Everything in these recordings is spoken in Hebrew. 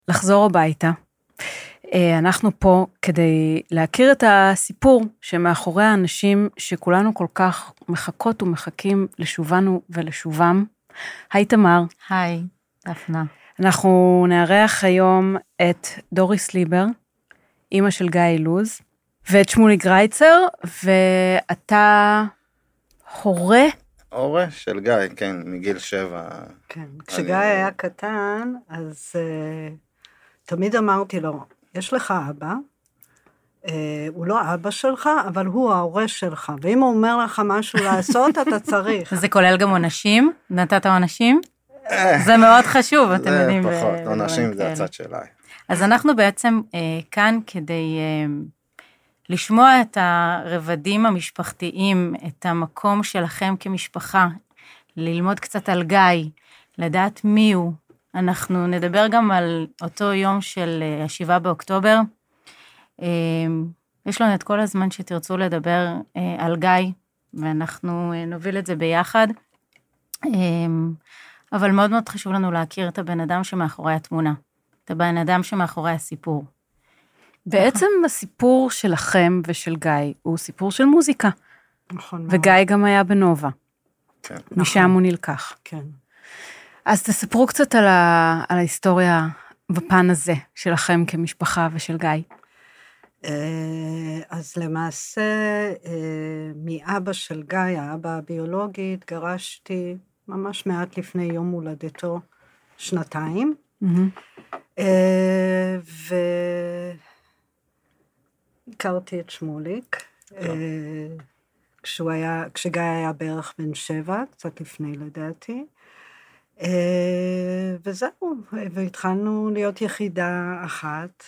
לחזור הביתה. אנחנו פה כדי להכיר את הסיפור שמאחורי האנשים שכולנו כל כך מחכות ומחכים לשובנו ולשובם. היי תמר. היי, דפנה. אנחנו נארח היום את דוריס ליבר, אמא של גיא אילוז, ואת שמולי גרייצר, ואתה הורה? הורה של גיא, כן, מגיל 7. כן, כשגיא היה קטן, אז תמיד אמרתי לו, יש לך אבא, הוא לא אבא שלך, אבל הוא ההורה שלך, ואם הוא אומר לך משהו לעשות, אתה צריך. זה כולל גם עונשים? נתת עונשים? זה מאוד חשוב, אתם יודעים. זה פחות, עונשים זה הצד שלי. אז אנחנו בעצם כאן כדי לשמוע את הרבדים המשפחתיים, את המקום שלכם כמשפחה, ללמוד קצת על גיא, לדעת מי הוא. אנחנו נדבר גם על אותו יום של 7 באוקטובר. יש לנו את כל הזמן שתרצו לדבר על גיא, ואנחנו נוביל את זה ביחד. אבל מאוד מאוד חשוב לנו להכיר את הבן אדם שמאחורי התמונה, את הבן אדם שמאחורי הסיפור. בעצם הסיפור שלכם ושל גיא הוא סיפור של מוזיקה. נכון. וגיא גם היה בנובה. כן. משם הוא נלקח. כן. אז תספרו קצת על ההיסטוריה בפן הזה שלכם כמשפחה ושל גיא. אז למעשה, מאבא של גיא, האבא הביולוגי, התגרשתי ממש מעט לפני יום הולדתו, 2 והכרתי את שמוליק, כשגיא היה בערך בן 7, קצת לפני לדעתי, וזהו, והתחלנו להיות יחידה אחת.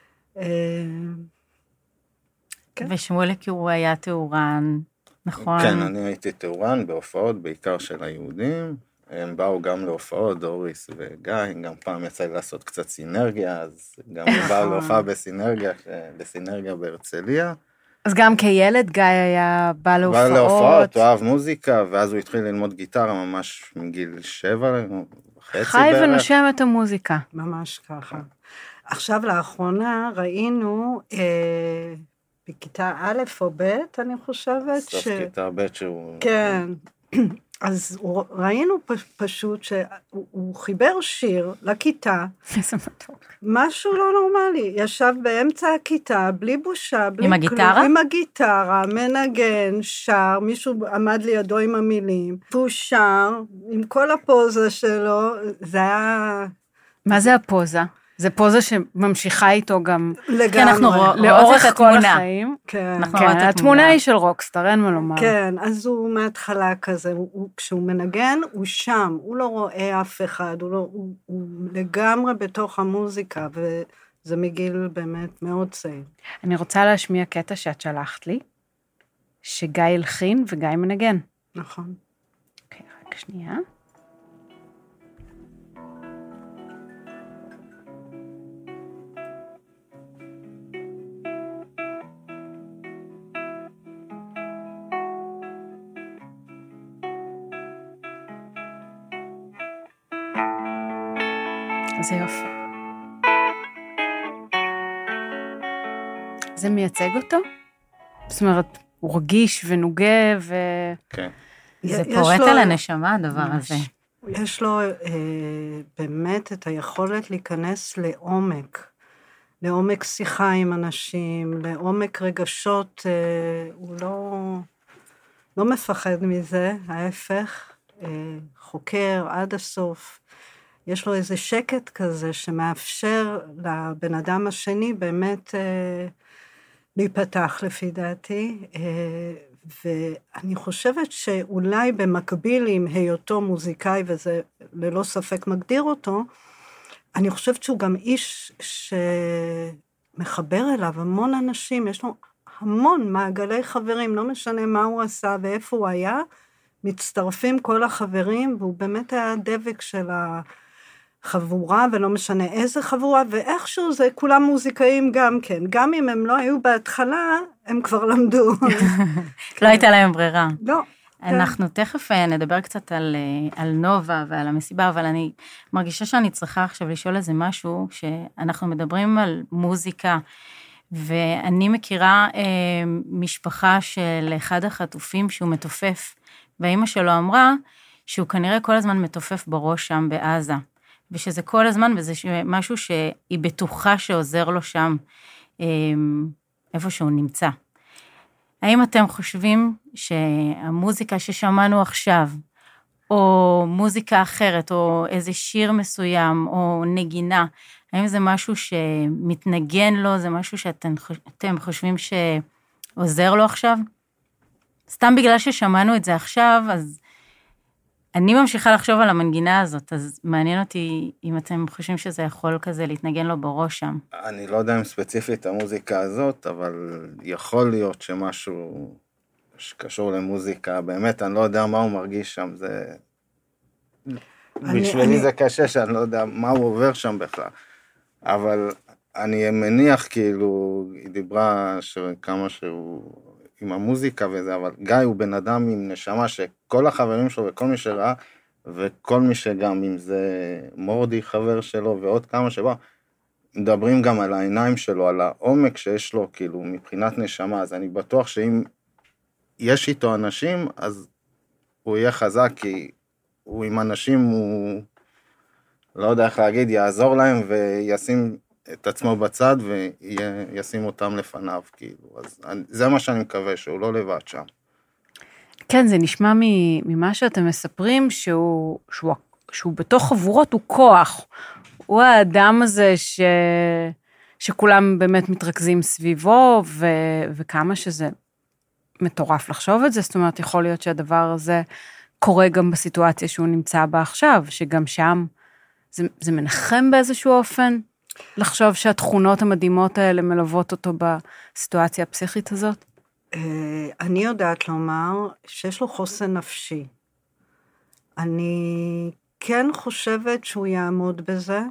ושמוליק הוא היה תאורן, נכון? כן, אני הייתי תאורן בהופעות, בעיקר של היהודים. הם באו גם להופעות, דוריס וגיא, גם פעם יצא לי לעשות קצת סינרגיה, אז גם הוא בא להופעה בסינרגיה בהרצליה. אז גם כילד גיא היה בא להופעות. בא להופעות, הוא אהב מוזיקה, ואז הוא התחיל ללמוד גיטרה ממש מגיל 7 וחצי חי ונושם את המוזיקה. ממש ככה. עכשיו לאחרונה ראינו בכיתה א' או ב', אני חושבת סוף כיתה ב' שהוא... כן. אז ראינו פשוט שהוא חיבר שיר לכיתה. איזה מתוק. משהו לא נורמלי. ישב באמצע הכיתה, בלי בושה, בלי עם הגיטרה? עם הגיטרה, מנגן, שר, מישהו עמד לידו עם המילים, והוא שר, עם כל הפוזה שלו, זה היה... מה זה הפוזה? זה פוזה שממשיכה איתו גם... לגמרי. אנחנו לאורך כל החיים. כן. כן, התמונה היא של רוקסטאר, אין מה לומר. כן, אז הוא מההתחלה כזה, כשהוא מנגן, הוא שם, הוא לא רואה אף אחד, הוא לגמרי בתוך המוזיקה, וזה מגיל באמת מאוד צעיר. אני רוצה להשמיע קטע שאת שלחת לי, שגיא הלחין וגיא מנגן. נכון. אוקיי, רק שנייה. זה יופי. זה מייצג אותו? זאת אומרת, הוא רגיש ונוגה כן. זה פורט על הנשמה, הדבר הזה. יש לו באמת את היכולת להיכנס לעומק שיחה עם אנשים, לעומק רגשות, הוא לא מפחד מזה, ההפך, חוקר עד הסוף. יש לו איזה שקט כזה שמאפשר לבן אדם השני באמת להיפתח לפי דעתי, ואני חושבת שאולי במקביל עם היותו מוזיקאי, וזה ללא ספק מגדיר אותו, אני חושבת שהוא גם איש שמחבר אליו המון אנשים, יש לו המון מעגלי חברים, לא משנה מה הוא עשה ואיפה הוא היה, מצטרפים כל החברים, והוא באמת היה דבק של החבורה, ולא משנה איזה חבורה, ואיכשהו זה כולם מוזיקאים גם כן, גם אם הם לא היו בהתחלה, הם כבר למדו. לא הייתה להם ברירה. לא. אנחנו תכף נדבר קצת על נובה ועל המסיבה, אבל אני מרגישה שאני צריכה עכשיו לשאול איזה משהו, שאנחנו מדברים על מוזיקה, ואני מכירה משפחה של אחד החטופים שהוא מתופף, והאמא שלו אמרה שהוא כנראה כל הזמן מתופף בראש שם בעזה, ושזה כל הזמן, וזה משהו שהיא בטוחה שעוזר לו שם, איפה שהוא נמצא. האם אתם חושבים שהמוזיקה ששמענו עכשיו, או מוזיקה אחרת, או איזה שיר מסוים, או נגינה, האם זה משהו שמתנגן לו, זה משהו שאתם חושבים שעוזר לו עכשיו? סתם בגלל ששמענו את זה עכשיו, אז אני ממשיכה לחשוב על המנגינה הזאת, אז מעניין אותי אם אתם חושבים שזה יכול כזה להתנגן לו בראש שם. אני לא יודע אם ספציפית המוזיקה הזאת, אבל יכול להיות שמשהו שקשור למוזיקה, באמת אני לא יודע מה הוא מרגיש שם, זה... בשבילי זה קשה שאני לא יודע מה הוא עובר שם בכלל, אבל אני מניח כאילו, היא דיברה כמה שהוא עם המוזיקה וזה, אבל גיא הוא בן אדם עם נשמה שכל החברים שלו וכל מי שראה, וכל מי שגם אם זה מורדי חבר שלו ועוד כמה שבא, מדברים גם על העיניים שלו, על העומק שיש לו כאילו מבחינת נשמה, אז אני בטוח שאם יש איתו אנשים, אז הוא יהיה חזק, כי הוא עם אנשים, הוא לא יודע איך להגיד, יעזור להם וישים את עצמו בצד וישים אותם לפניו, כאילו. אז זה מה שאני מקווה, שהוא לא לבד שם. כן, זה נשמע ממה שאתם מספרים, שהוא בתוך חבורות, הוא כוח. הוא האדם הזה שכולם באמת מתרכזים סביבו, וכמה שזה מטורף לחשוב את זה, זאת אומרת, יכול להיות שהדבר הזה קורה גם בסיטואציה שהוא נמצא בה עכשיו, שגם שם זה מנחם באיזשהו אופן, לחשוב שהתכונות המדהימות האלה מלוות אותו בסיטואציה הפסיכית הזאת? אני יודעת לומר שיש לו חוסן נפשי. אני כן חושבת שהוא יעמוד בזה.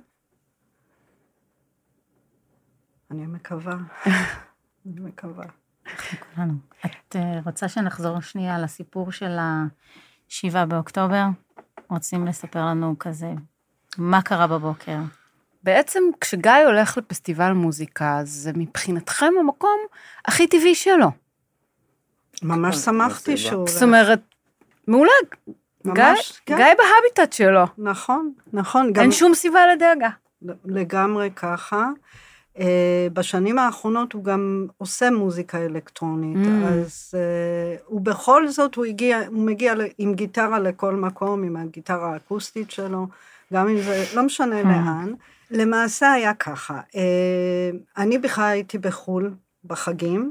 אני מקווה. אני מקווה. את רוצה שנחזור שנייה לסיפור של 7 באוקטובר? רוצים לספר לנו כזה, מה קרה בבוקר? בעצם כשגיא הולך לפסטיבל מוזיקה, זה מבחינתכם המקום הכי טבעי שלו. ממש שמחתי שהוא הולך. זאת אומרת, מעולה, גיא בהביטט שלו. נכון, נכון. אין שום סיבה לדאגה. לגמרי ככה. בשנים האחרונות הוא גם עושה מוזיקה אלקטרונית, אז הוא בכל זאת, הוא מגיע עם גיטרה לכל מקום, עם הגיטרה האקוסטית שלו, גם אם זה לא משנה לאן. למעשה היה ככה, אני בכלל הייתי בחול בחגים,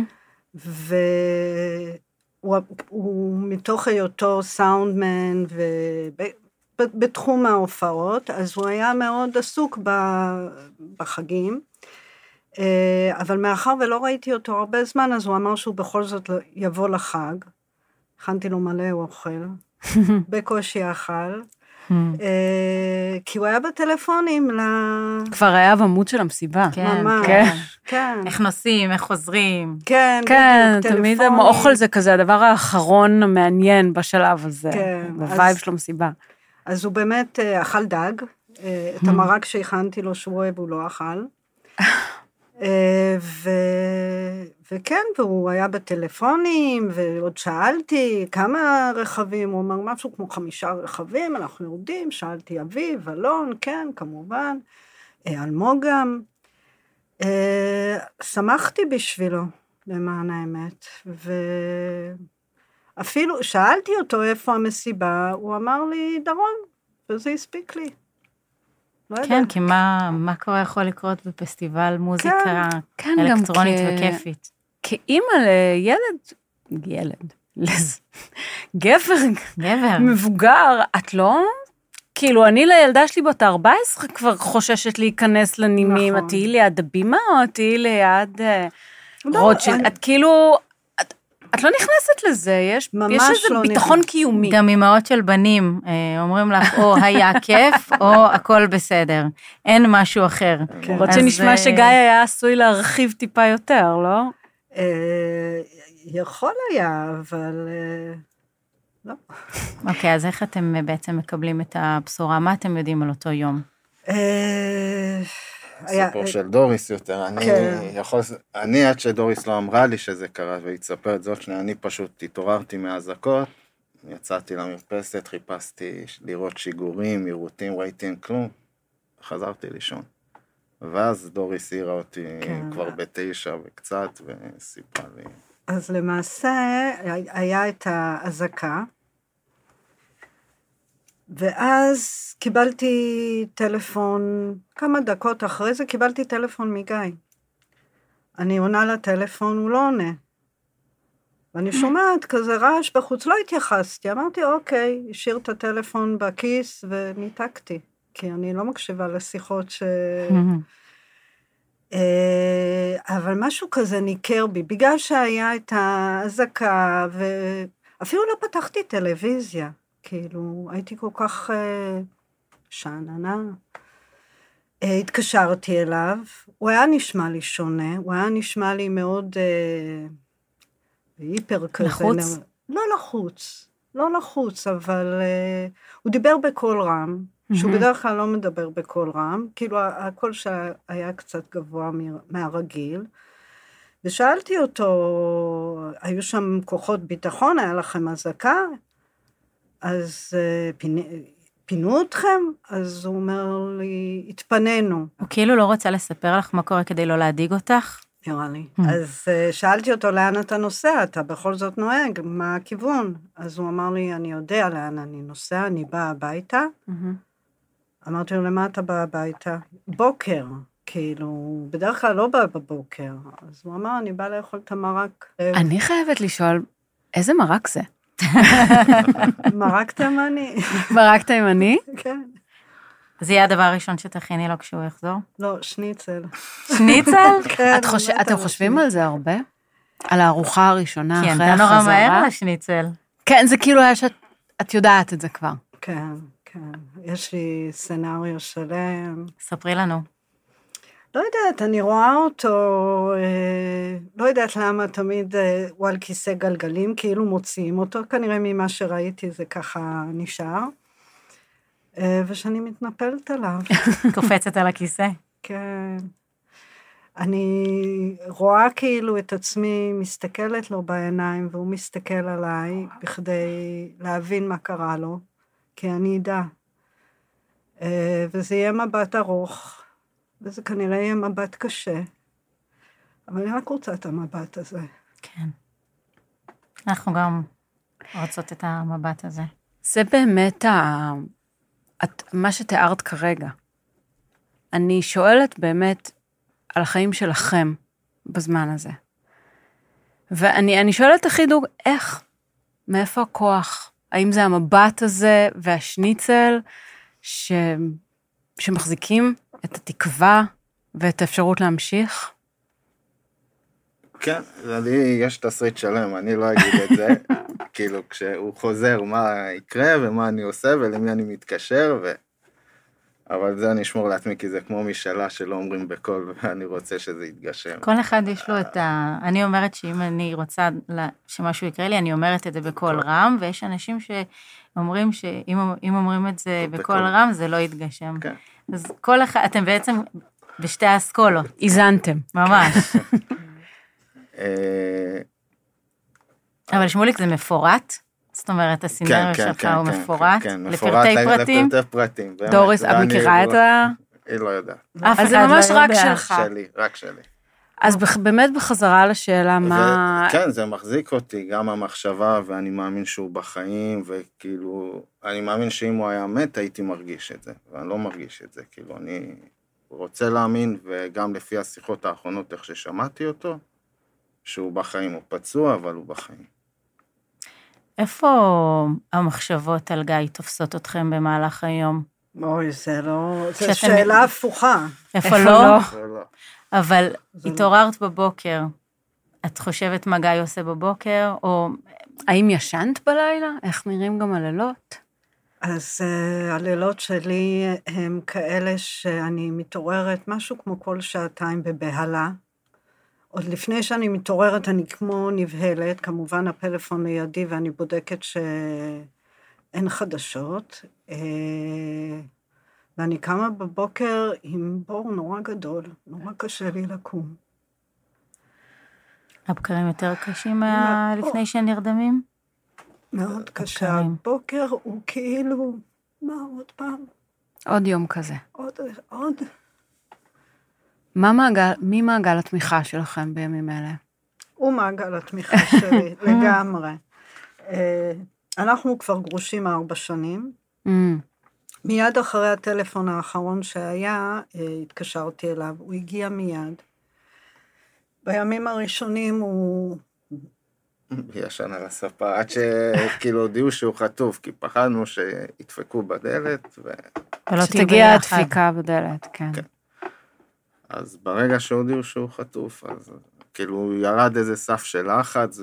והוא מתוך היותו סאונדמן בתחום ההופעות, אז הוא היה מאוד עסוק בחגים, אבל מאחר ולא ראיתי אותו הרבה זמן, אז הוא אמר שהוא בכל זאת יבוא לחג, הכנתי לו מלא, הוא אוכל, בקושי אכל, כי הוא היה בטלפונים כבר היה במות של המסיבה. ממש, כן. איך נוסעים, איך חוזרים. כן, כן, תמיד האוכל זה כזה, הדבר האחרון המעניין בשלב הזה, בווייב של המסיבה. אז הוא באמת אכל דג, את המרק שהכנתי לו שהוא אוהב, הוא לא אכל. וכן, והוא היה בטלפונים, ועוד שאלתי כמה רכבים, הוא אמר משהו כמו 5 רכבים, אנחנו יורדים, שאלתי אביב, אלון, כן, כמובן, אלמוג גם. שמחתי בשבילו, למען האמת, ואפילו שאלתי אותו איפה המסיבה, הוא אמר לי דרום, וזה הספיק לי. כן, כי מה כבר יכול לקרות בפסטיבל מוזיקה אלקטרונית וכיפית? כאימא גבר, מבוגר, את לא? כאילו, אני לילדה שלי בת 14 כבר חוששת להיכנס לנימים, את תהיי ליד הבימה או את תהיי ליד רוטשילד? את כאילו... את לא נכנסת לזה, יש איזה ביטחון קיומי. גם אמהות של בנים אומרים לך, או היה כיף, או הכל בסדר. אין משהו אחר. עוד שנשמע שגיא היה עשוי להרחיב טיפה יותר, לא? יכול היה, אבל לא. אוקיי, אז איך אתם בעצם מקבלים את הבשורה? מה אתם יודעים על אותו יום? סיפור של דוריס יותר, אני עד שדוריס לא אמרה לי שזה קרה, והיא תספר את זאת שנייה, אני פשוט התעוררתי מהאזעקות, יצאתי למרפסת, חיפשתי לראות שיגורים, עירותים, ראיתי אין כלום, חזרתי לישון. ואז דוריס העירה אותי כבר ב9 וקצת, וסיפרה לי. אז למעשה היה את האזעקה, ואז קיבלתי טלפון, כמה דקות אחרי זה קיבלתי טלפון מגיא. אני עונה לטלפון, הוא לא עונה. ואני שומעת כזה רעש בחוץ, לא התייחסתי, אמרתי אוקיי, השאיר את הטלפון בכיס וניתקתי, כי אני לא מקשיבה לשיחות אבל משהו כזה ניכר בי, בגלל שהיה את האזעקה, ואפילו לא פתחתי טלוויזיה, כאילו, הייתי כל כך שאננה. התקשרתי אליו, הוא היה נשמע לי שונה, הוא היה נשמע לי מאוד היפר כזה. לחוץ? לא לחוץ, אבל הוא דיבר בקול רם, שהוא בדרך כלל לא מדבר בקול רם, כאילו הקול שהיה קצת גבוה מהרגיל, ושאלתי אותו, היו שם כוחות ביטחון, היה לכם אזעקה? אז פינו אתכם? אז הוא אומר לי, התפנינו. הוא כאילו לא רוצה לספר לך מה קורה כדי לא להדיג אותך? נראה לי. אז שאלתי אותו, לאן אתה נוסע? אתה בכל זאת נוהג, מה הכיוון? אז הוא אמר לי, אני יודע לאן אני נוסע, אני באה הביתה. אמרתי לו, למה אתה בא הביתה? בוקר, כאילו, בדרך כלל לא בא בבוקר. אז הוא אמר, אני באה לאכול את המרק. אני חייבת לשאול, איזה מרק זה? מרק תימני. מרק תימני? כן. זה יהיה הדבר הראשון שתכיני לו כשהוא יחזור? לא, שניצל. שניצל? כן. אתם חושבים על זה הרבה? על הארוחה הראשונה אחרי החזרה? כן, אתה נורא מהר על השניצל. כן, זה כאילו היה שאת יודעת את זה כבר. כן, כן. יש לי סנריו שלם. ספרי לנו. לא יודעת, אני רואה אותו, לא יודעת למה תמיד הוא על כיסא גלגלים, כאילו מוציאים אותו, כנראה ממה שראיתי זה ככה נשאר, ושאני מתנפלת עליו. קופצת על הכיסא. כן. אני רואה כאילו את עצמי מסתכלת לו בעיניים, והוא מסתכל עליי, בכדי להבין מה קרה לו, כי אני אדע. וזה יהיה מבט ארוך, וזה כנראה יהיה מבט קשה, אבל אני רק רוצה את המבט הזה. כן. אנחנו גם רוצות את המבט הזה. זה באמת מה שתיארת כרגע. אני שואלת באמת על החיים שלכם בזמן הזה. ואני שואלת החידוג, איך? מאיפה הכוח? האם זה המבט הזה והשניצל שמחזיקים את התקווה ואת האפשרות להמשיך? כן, יש תסריט שלם, אני לא אגיד את זה, כאילו כשהוא חוזר מה יקרה ומה אני עושה ולמי אני מתקשר, אבל זה אני אשמור לעצמי, כי זה כמו משאלה שלא אומרים בקול, ואני רוצה שזה יתגשם. כל אחד יש לו את אני אומרת שאם אני רוצה שמשהו יקרה לי, אני אומרת את זה בקול רם, ויש אנשים שאומרים שאם אומרים את זה בקול רם, זה לא יתגשם. כן. אז כל אחד, אתם בעצם בשתי האסכולות. איזנתם. ממש. אבל שמוליק, זה מפורט? זאת אומרת, הסינריו שלך הוא מפורט? לפרטי פרטים? לפרטי פרטים. דוריס, את מכירה את ה... היא לא יודעת. אז זה ממש רק שלך. שלי, רק שלי. אז באמת בחזרה לשאלה מה... כן, זה מחזיק אותי, גם המחשבה, ואני מאמין שהוא בחיים, וכאילו, אני מאמין שאם הוא היה מת, הייתי מרגיש את זה, ואני לא מרגיש את זה, כאילו, אני רוצה להאמין, וגם לפי השיחות האחרונות, איך ששמעתי אותו, שהוא בחיים, הוא פצוע, אבל הוא בחיים. איפה המחשבות על גיא תופסות אתכם במהלך היום? אוי, זה לא... זו שאלה הפוכה. איפה לא? אבל התעוררת בבוקר, את חושבת מה גיא עושה בבוקר, או... האם ישנת בלילה? איך נראים גם הלילות? אז הלילות שלי הם כאלה שאני מתעוררת משהו כמו כל שעתיים בבהלה, עוד לפני שאני מתעוררת, אני כמו נבהלת, כמובן הפלאפון לידי, ואני בודקת שאין חדשות, ואני קמה בבוקר עם בור נורא גדול, נורא קשה לי לקום. הבקרים יותר קשים לפני שנרדמים? מאוד קשה. הבוקר הוא כאילו, מה עוד פעם? עוד יום כזה. עוד. מי מעגל התמיכה שלכם בימים אלה? הוא מעגל התמיכה שלי, לגמרי. אנחנו כבר גרושים 4 שנים. מיד אחרי הטלפון האחרון שהיה, התקשרתי אליו, הוא הגיע מיד. בימים הראשונים הוא... ישן על הספה, עד שכאילו הודיעו שהוא חטוף, כי פחדנו שידפקו בדלת, שתגיע הדפיקה בדלת, כן. אז ברגע שהודיעו שהוא חטוף, אז כאילו ירד איזה סף של לחץ,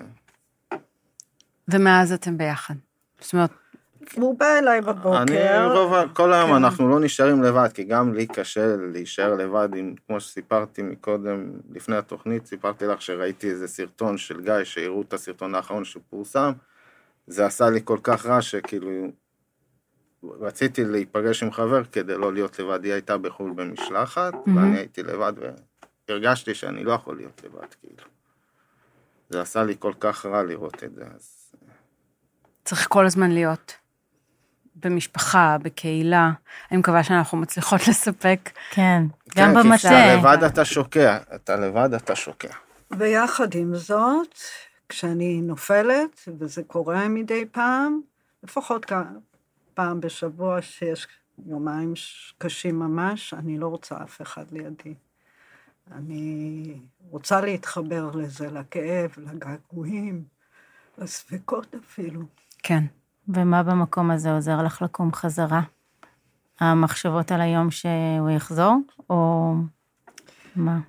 ומאז אתם ביחד? זאת אומרת... הוא בא אליי בבוקר. כל היום אנחנו לא נשארים לבד, כי גם לי קשה להישאר לבד, כמו שסיפרתי מקודם, לפני התוכנית, סיפרתי לך שראיתי איזה סרטון של גיא, שהראו את הסרטון האחרון שפורסם, זה עשה לי כל כך רע, שכאילו רציתי להיפגש עם חבר, כדי לא להיות לבד, היא הייתה בחו"ל במשלחת, ואני הייתי לבד, והרגשתי שאני לא יכול להיות לבד, כאילו. זה עשה לי כל כך רע לראות את זה, אז... צריך כל הזמן להיות במשפחה, בקהילה. אני מקווה שאנחנו מצליחות לספק. כן, גם במטה. כי כשאתה לבד אתה שוקע. ויחד עם זאת, כשאני נופלת, וזה קורה מדי פעם, לפחות פעם בשבוע שיש יומיים קשים ממש, אני לא רוצה אף אחד לידי. אני רוצה להתחבר לזה, לכאב, לגעגועים, לספקות אפילו. כן. ומה במקום הזה עוזר לך לקום חזרה? המחשבות על היום שהוא יחזור, או מה?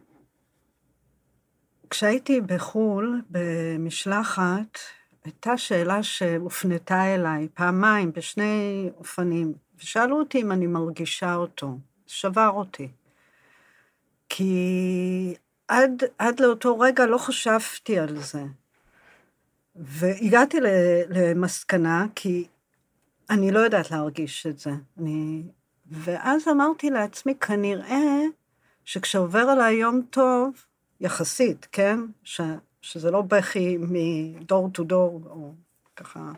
כשהייתי בחול, במשלחת, הייתה שאלה שהופנתה אליי פעמיים, בשני אופנים, ושאלו אותי אם אני מרגישה אותו, שבר אותי. כי עד לאותו רגע לא חשבתי על זה. והגעתי למסקנה, כי אני לא יודעת להרגיש את זה. ואז אמרתי לעצמי, כנראה שכשעובר עליי יום טוב, יחסית, כן? שזה לא בכי מדור טו דור, או ככה.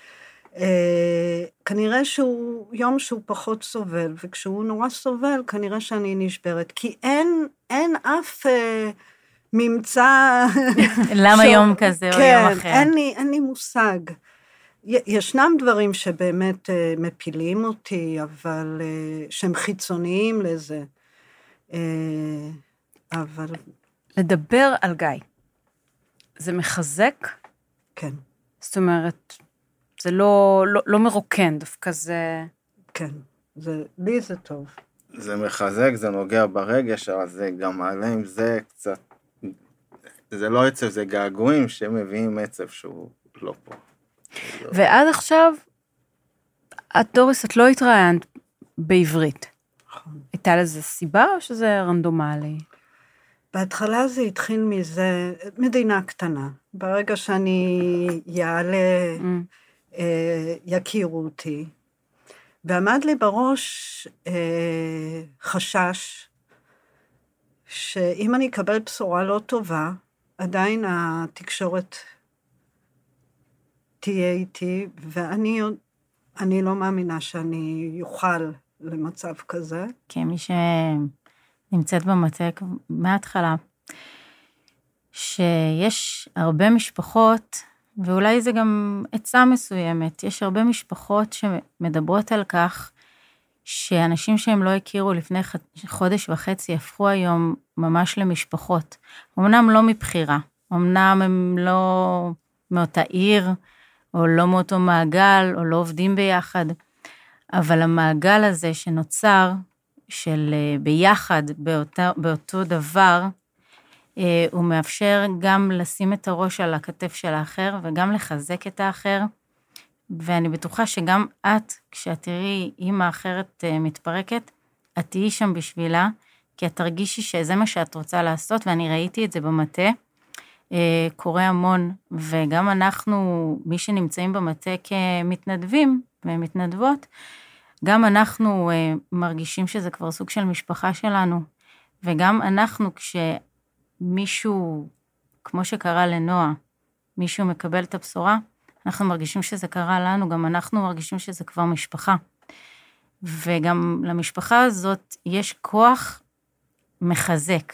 כנראה שהוא יום שהוא פחות סובל, וכשהוא נורא סובל, כנראה שאני נשברת. כי אין אף... ממצא... למה יום כזה או יום אחר? כן, אין לי מושג. ישנם דברים שבאמת מפילים אותי, אבל שהם חיצוניים לזה. אבל... לדבר על גיא, זה מחזק? כן. זאת אומרת, זה לא מרוקן, דווקא זה... כן, לי זה טוב. זה מחזק, זה נוגע ברגש, אבל זה גם מעלה עם זה קצת... זה לא עצב, זה געגועים שמביאים עצב שהוא לא פה. ועד עכשיו, דוריס, את לא התראיינת בעברית. הייתה לזה סיבה או שזה רנדומלי? בהתחלה זה התחיל מזה, מדינה קטנה. ברגע שאני יעלה, יכירו אותי. ועמד לי בראש חשש, שאם אני אקבל בשורה לא טובה, עדיין התקשורת תהיה איתי, ואני לא מאמינה שאני יוכל למצב כזה. כמי שנמצאת במטק מההתחלה, שיש הרבה משפחות, ואולי זה גם עצה מסוימת, יש הרבה משפחות שמדברות על כך, שאנשים שהם לא הכירו לפני חודש וחצי, הפכו היום ממש למשפחות. אמנם לא מבחירה, אמנם הם לא מאותה עיר, או לא מאותו מעגל, או לא עובדים ביחד, אבל המעגל הזה שנוצר, של ביחד, באותו דבר, הוא מאפשר גם לשים את הראש על הכתף של האחר, וגם לחזק את האחר, ואני בטוחה שגם את, כשאת תראי אמא אחרת מתפרקת, את תהיי שם בשבילה, כי את תרגישי שזה מה שאת רוצה לעשות, ואני ראיתי את זה במטה, קורה המון, וגם אנחנו, מי שנמצאים במטה כמתנדבים ומתנדבות, גם אנחנו מרגישים שזה כבר סוג של משפחה שלנו, וגם אנחנו כשמישהו, כמו שקרה לנועה, מישהו מקבל את הבשורה, אנחנו מרגישים שזה קרה לנו, גם אנחנו מרגישים שזה כבר משפחה. וגם למשפחה הזאת יש כוח מחזק,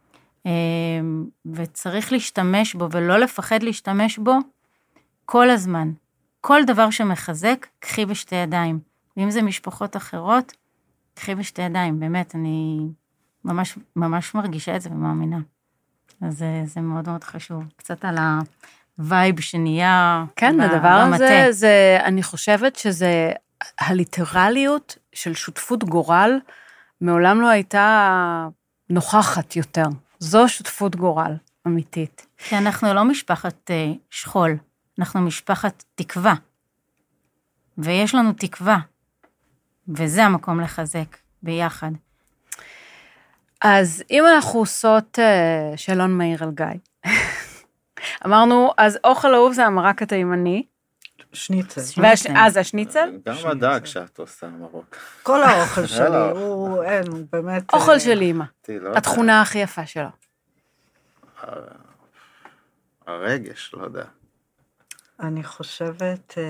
וצריך להשתמש בו, ולא לפחד להשתמש בו כל הזמן. כל דבר שמחזק, קחי בשתי ידיים. ואם זה משפחות אחרות, קחי בשתי ידיים. באמת, אני ממש, ממש מרגישה את זה ומאמינה. אז זה מאוד מאוד חשוב. קצת על הווייב שנהיה כן, הדבר הזה, אני חושבת שזה הליטרליות של שותפות גורל, מעולם לא הייתה נוכחת יותר. זו שותפות גורל אמיתית. כי אנחנו לא משפחת שכול, אנחנו משפחת תקווה. ויש לנו תקווה, וזה המקום לחזק ביחד. אז אם אנחנו עושות שאלון מהיר על גיא, אמרנו, אז אוכל אהוב זה המרק התימני. שניצל. זה השניצל? גם הדג שאת עושה מרוק. כל האוכל שלי, הוא באמת... אוכל של אמא. התכונה הכי יפה שלו. הרגש, לא יודע. אני חושבת,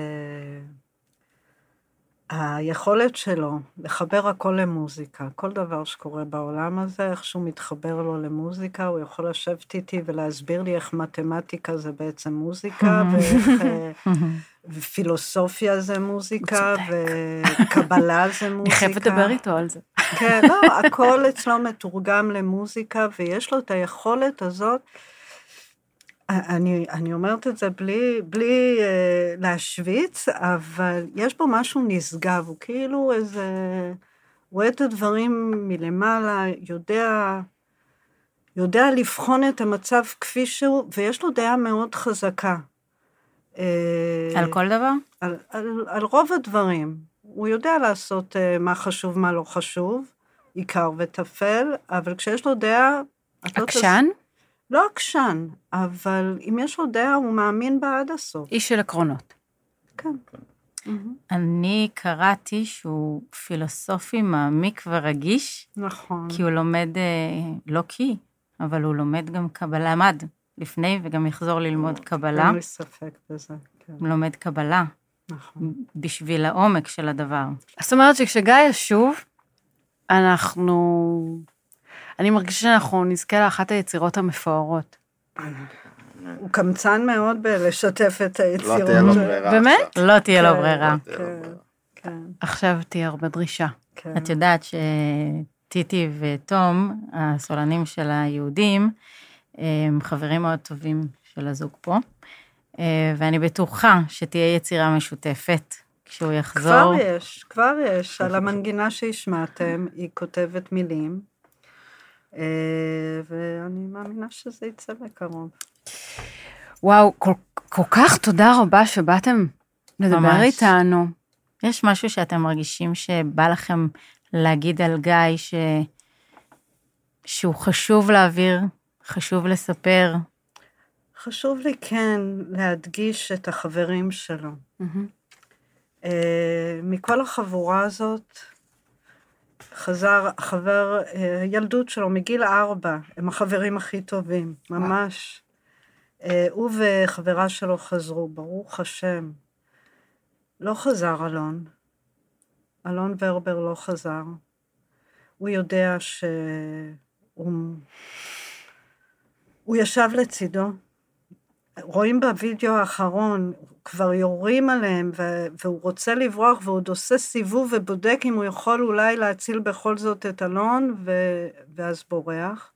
היכולת שלו לחבר הכל למוזיקה, כל דבר שקורה בעולם הזה, איך שהוא מתחבר לו למוזיקה, הוא יכול לשבת איתי ולהסביר לי איך מתמטיקה זה בעצם מוזיקה, ואיך פילוסופיה זה מוזיקה, וקבלה זה מוזיקה. אני חייבת לדבר איתו על זה. כן, לא, הכל אצלו מתורגם למוזיקה, ויש לו את היכולת הזאת, אני אומרת את זה בלי להשוויץ, אבל יש בו משהו נשגב, הוא כאילו איזה, רואה את הדברים מלמעלה, יודע לבחון את המצב כפי שהוא, ויש לו דעה מאוד חזקה. על כל דבר? על רוב הדברים. הוא יודע לעשות מה חשוב, מה לא חשוב, עיקר וטפל, אבל כשיש לו דעה... עקשן? לא עקשן, אבל אם יש לו דעה, הוא מאמין בה עד הסוף. איש של עקרונות. כן. אני קראתי שהוא פילוסופי מעמיק ורגיש. נכון. כי הוא לומד, לא כי, אבל הוא לומד גם קבלה, למד לפני וגם יחזור ללמוד קבלה. אין לי ספק בזה. הוא לומד קבלה. נכון. בשביל העומק של הדבר. זאת אומרת שכשגיא ישוב, אני מרגישה שאנחנו נזכה לאחת היצירות המפוארות. הוא קמצן מאוד בלשתף את היצירות. לא תהיה לו ברירה. באמת? לא תהיה לו ברירה. כן. עכשיו תהיה הרבה דרישה. את יודעת שטיטי וטום, הסולנים של היהודים, הם חברים מאוד טובים של הזוג פה, ואני בטוחה שתהיה יצירה משותפת כשהוא יחזור. כבר יש. על המנגינה שהשמעתם, היא כותבת מילים, ואני מאמינה שזה יצא בקרוב. וואו, כל כך תודה רבה שבאתם לדבר איתנו. יש משהו שאתם מרגישים שבא לכם להגיד על גיא, שהוא חשוב להעביר, חשוב לספר? חשוב לי כן להדגיש את החברים שלו. מכל החבורה הזאת, חזר חבר ילדות שלו מגיל 4, הם החברים הכי טובים, ממש. הוא וחברה שלו חזרו, ברוך השם. לא חזר אלון ורבר לא חזר. הוא יודע הוא ישב לצידו. רואים בווידאו האחרון, כבר יורים עליהם, והוא רוצה לברוח, והוא עוד עושה סיבוב ובודק אם הוא יכול אולי להציל בכל זאת את אלון, ואז בורח.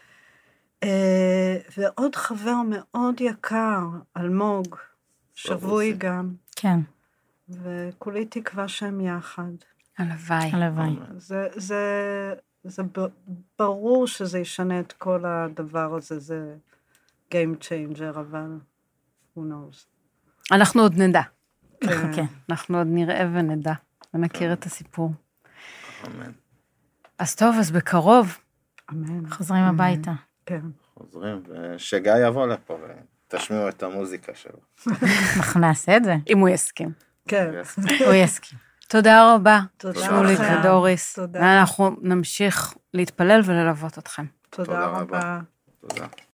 ועוד חבר מאוד יקר, אלמוג, שבוי גם. כן. וכולי תקווה שהם יחד. הלוואי. הלוואי. זה ברור שזה ישנה את כל הדבר הזה, זה game changer, אבל who knows. אנחנו עוד נדע. כן. אנחנו עוד נראה ונדע, ונכיר את הסיפור. אמן. אז טוב, אז בקרוב אמן. חוזרים הביתה. כן. חוזרים, ושגיא יבוא לפה ותשמיעו את המוזיקה שלו. אנחנו נעשה את זה. אם הוא יסכים. כן. הוא יסכים. תודה רבה, תודה שמוליק לכם. ודוריס. תודה. ואנחנו נמשיך להתפלל וללוות אתכם. תודה רבה. תודה.